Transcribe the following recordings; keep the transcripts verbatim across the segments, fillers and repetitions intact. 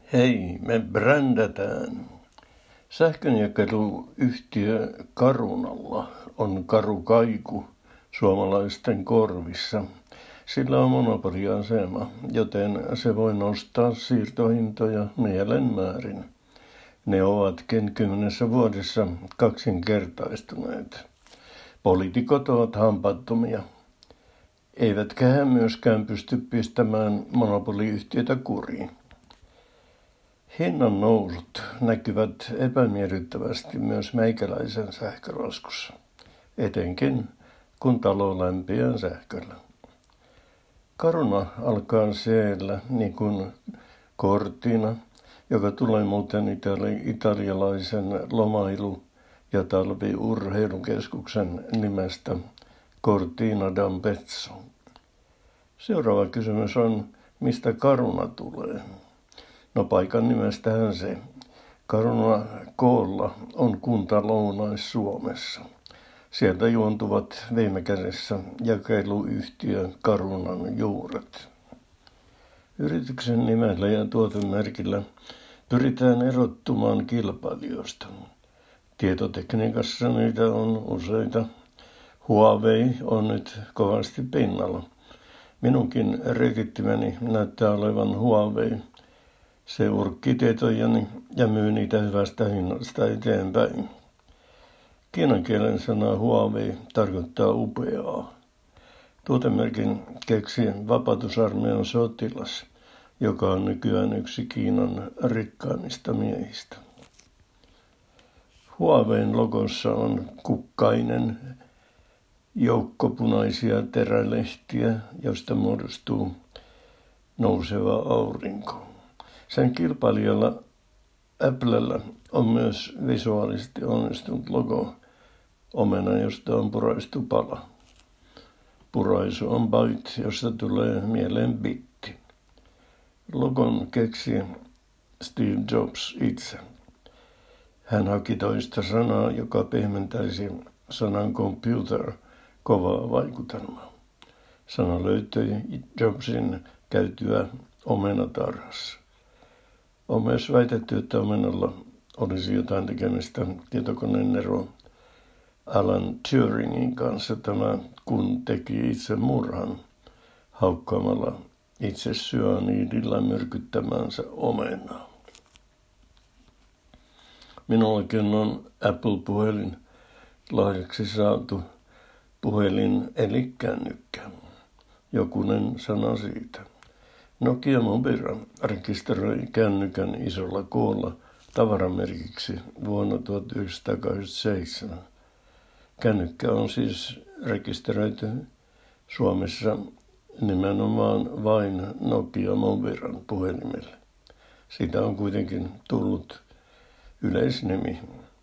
Hei, me brändätään. Sähkönjakeluyhtiö Carunalla on karu kaiku suomalaisten korvissa. Sillä on monopoliasema, joten se voi nostaa siirtohintoja mielen määrin. Ne ovatkin kymmenessä vuodessa kaksinkertaistuneet. Poliitikot ovat hampaattomia. Eivätkä he myöskään pysty pistämään monopoliyhtiötä kuriin. Hinnan nousut näkyvät epämiellyttävästi myös meikäläisen sähkölaskussa, etenkin kun talo lämpiää sähköllä. Caruna alkaa C-llä niin kuin Cortina, joka tulee muuten itali- italialaisen lomailu- ja talviurheilukeskuksen nimestä Cortina d'Ampezzo. Seuraava kysymys on, mistä Caruna tulee? No paikan nimestähän se. Caruna koolla on kunta Lounais-Suomessa. Sieltä juontuvat viime kädessä jakeluyhtiö Carunan juuret. Yrityksen nimellä ja tuotemerkillä pyritään erottumaan kilpailijoista. Tietotekniikassa niitä on useita. Huawei on nyt kovasti pinnalla. Minunkin rekittimeni näyttää olevan Huawei. Se urkkii tietojani ja myy niitä hyvästä hinnasta eteenpäin. Kiinan kielen sana Huawei tarkoittaa upeaa. Tuotemerkin keksi vapautusarmeijan sotilas, joka on nykyään yksi Kiinan rikkaimmista miehistä. Huawein logossa on kukkainen, joukko punaisia terälehtiä, josta muodostuu nouseva aurinko. Sen kilpailijalla Applella on myös visuaalisesti onnistunut logo, omena, josta on puraistu pala. Puraisu on byte, josta tulee mieleen bitti. Logon keksi Steve Jobs itse. Hän haki toista sanaa, joka pehmentäisi sanan computer kovaa vaikutelmaa. Sana löytyi Jobsin käytyä omenatarhassa. On myös väitetty, että omenalla olisi jotain tekemistä tietokoneen nero Alan Turingin kanssa, tämä kun teki itse murhan haukkaamalla itse syaniidilla myrkyttämänsä omenaa. Minullakin on Apple-puhelin lahjaksi saatu puhelin eli kännykkä. Jokunen sana siitä. Nokia Mobira rekisteröi kännykän isolla koolla tavaramerkiksi vuonna tuhatyhdeksänsataakahdeksankymmentäseitsemän. Kännykkä on siis rekisteröity Suomessa nimenomaan vain Nokia Mobiran puhelimelle. Siitä on kuitenkin tullut yleisnimi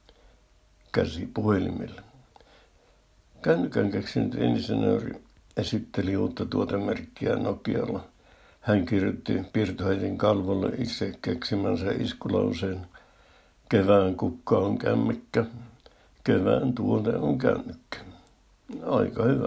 käsipuhelimille. Kännykän keksinyt insinööri esitteli uutta tuotemerkkiä Nokialla. Hän kirjoitti piirtoheitin kalvolle itse keksimänsä iskulauseen: kevään kukka on kämmikkä, kevään tuote on kännykkä. Aika hyvä.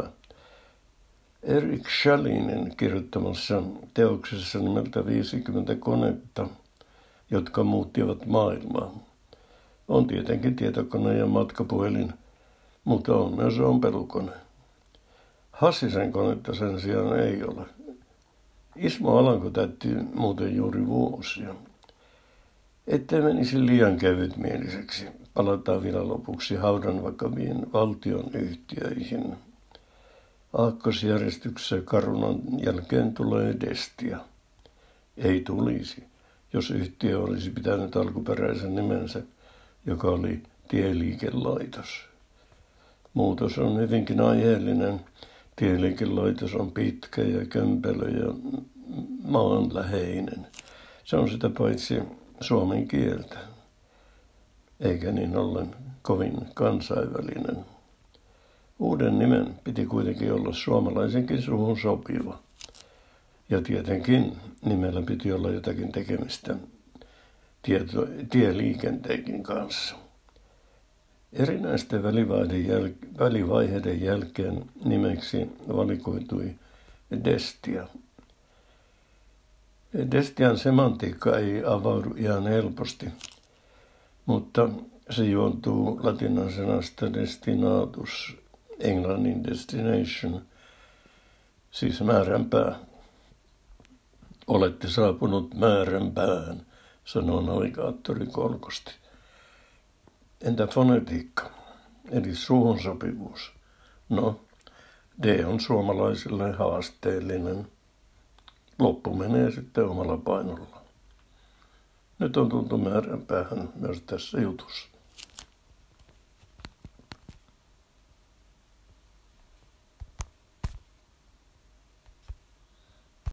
Erik Schalinin kirjoittamassa teoksessa nimeltä viisikymmentä konetta, jotka muuttivat maailmaa. On tietenkin tietokone ja matkapuhelin, mutta on myös ompelukone. Hassisen konetta sen sijaan ei ole. Ismo Alanko täytti muuten juuri vuosia. Ettei menisi liian kevytmieliseksi, palataan vielä lopuksi haudan vakaviin valtionyhtiöihin. Aakkosjärjestyksessä Carunan jälkeen tulee Destia. Ei tulisi, jos yhtiö olisi pitänyt alkuperäisen nimensä, joka oli Tieliikelaitos. Muutos on hyvinkin aiheellinen. Tieliikelaitos on pitkä ja kömpelö ja maanläheinen. Se on sitä paitsi suomen kieltä, eikä niin ollen kovin kansainvälinen. Uuden nimen piti kuitenkin olla suomalaisenkin suhun sopiva. Ja tietenkin nimellä piti olla jotakin tekemistä tieto, tieliikenteenkin kanssa. Erinäisten välivaiheiden jälkeen nimeksi valikoitui Destia. Destian semantiikka ei avaudu ihan helposti, mutta se juontuu latinan sanasta destinatus, englannin destination, siis määränpää. Olette saapunut määränpäähän, sanoo navigaattori kolkosti. Entä fonetiikka, eli suuhunsopivuus? No, D on suomalaisille haasteellinen. Loppu menee sitten omalla painolla. Nyt on tultu määränpäähän myös tässä jutussa.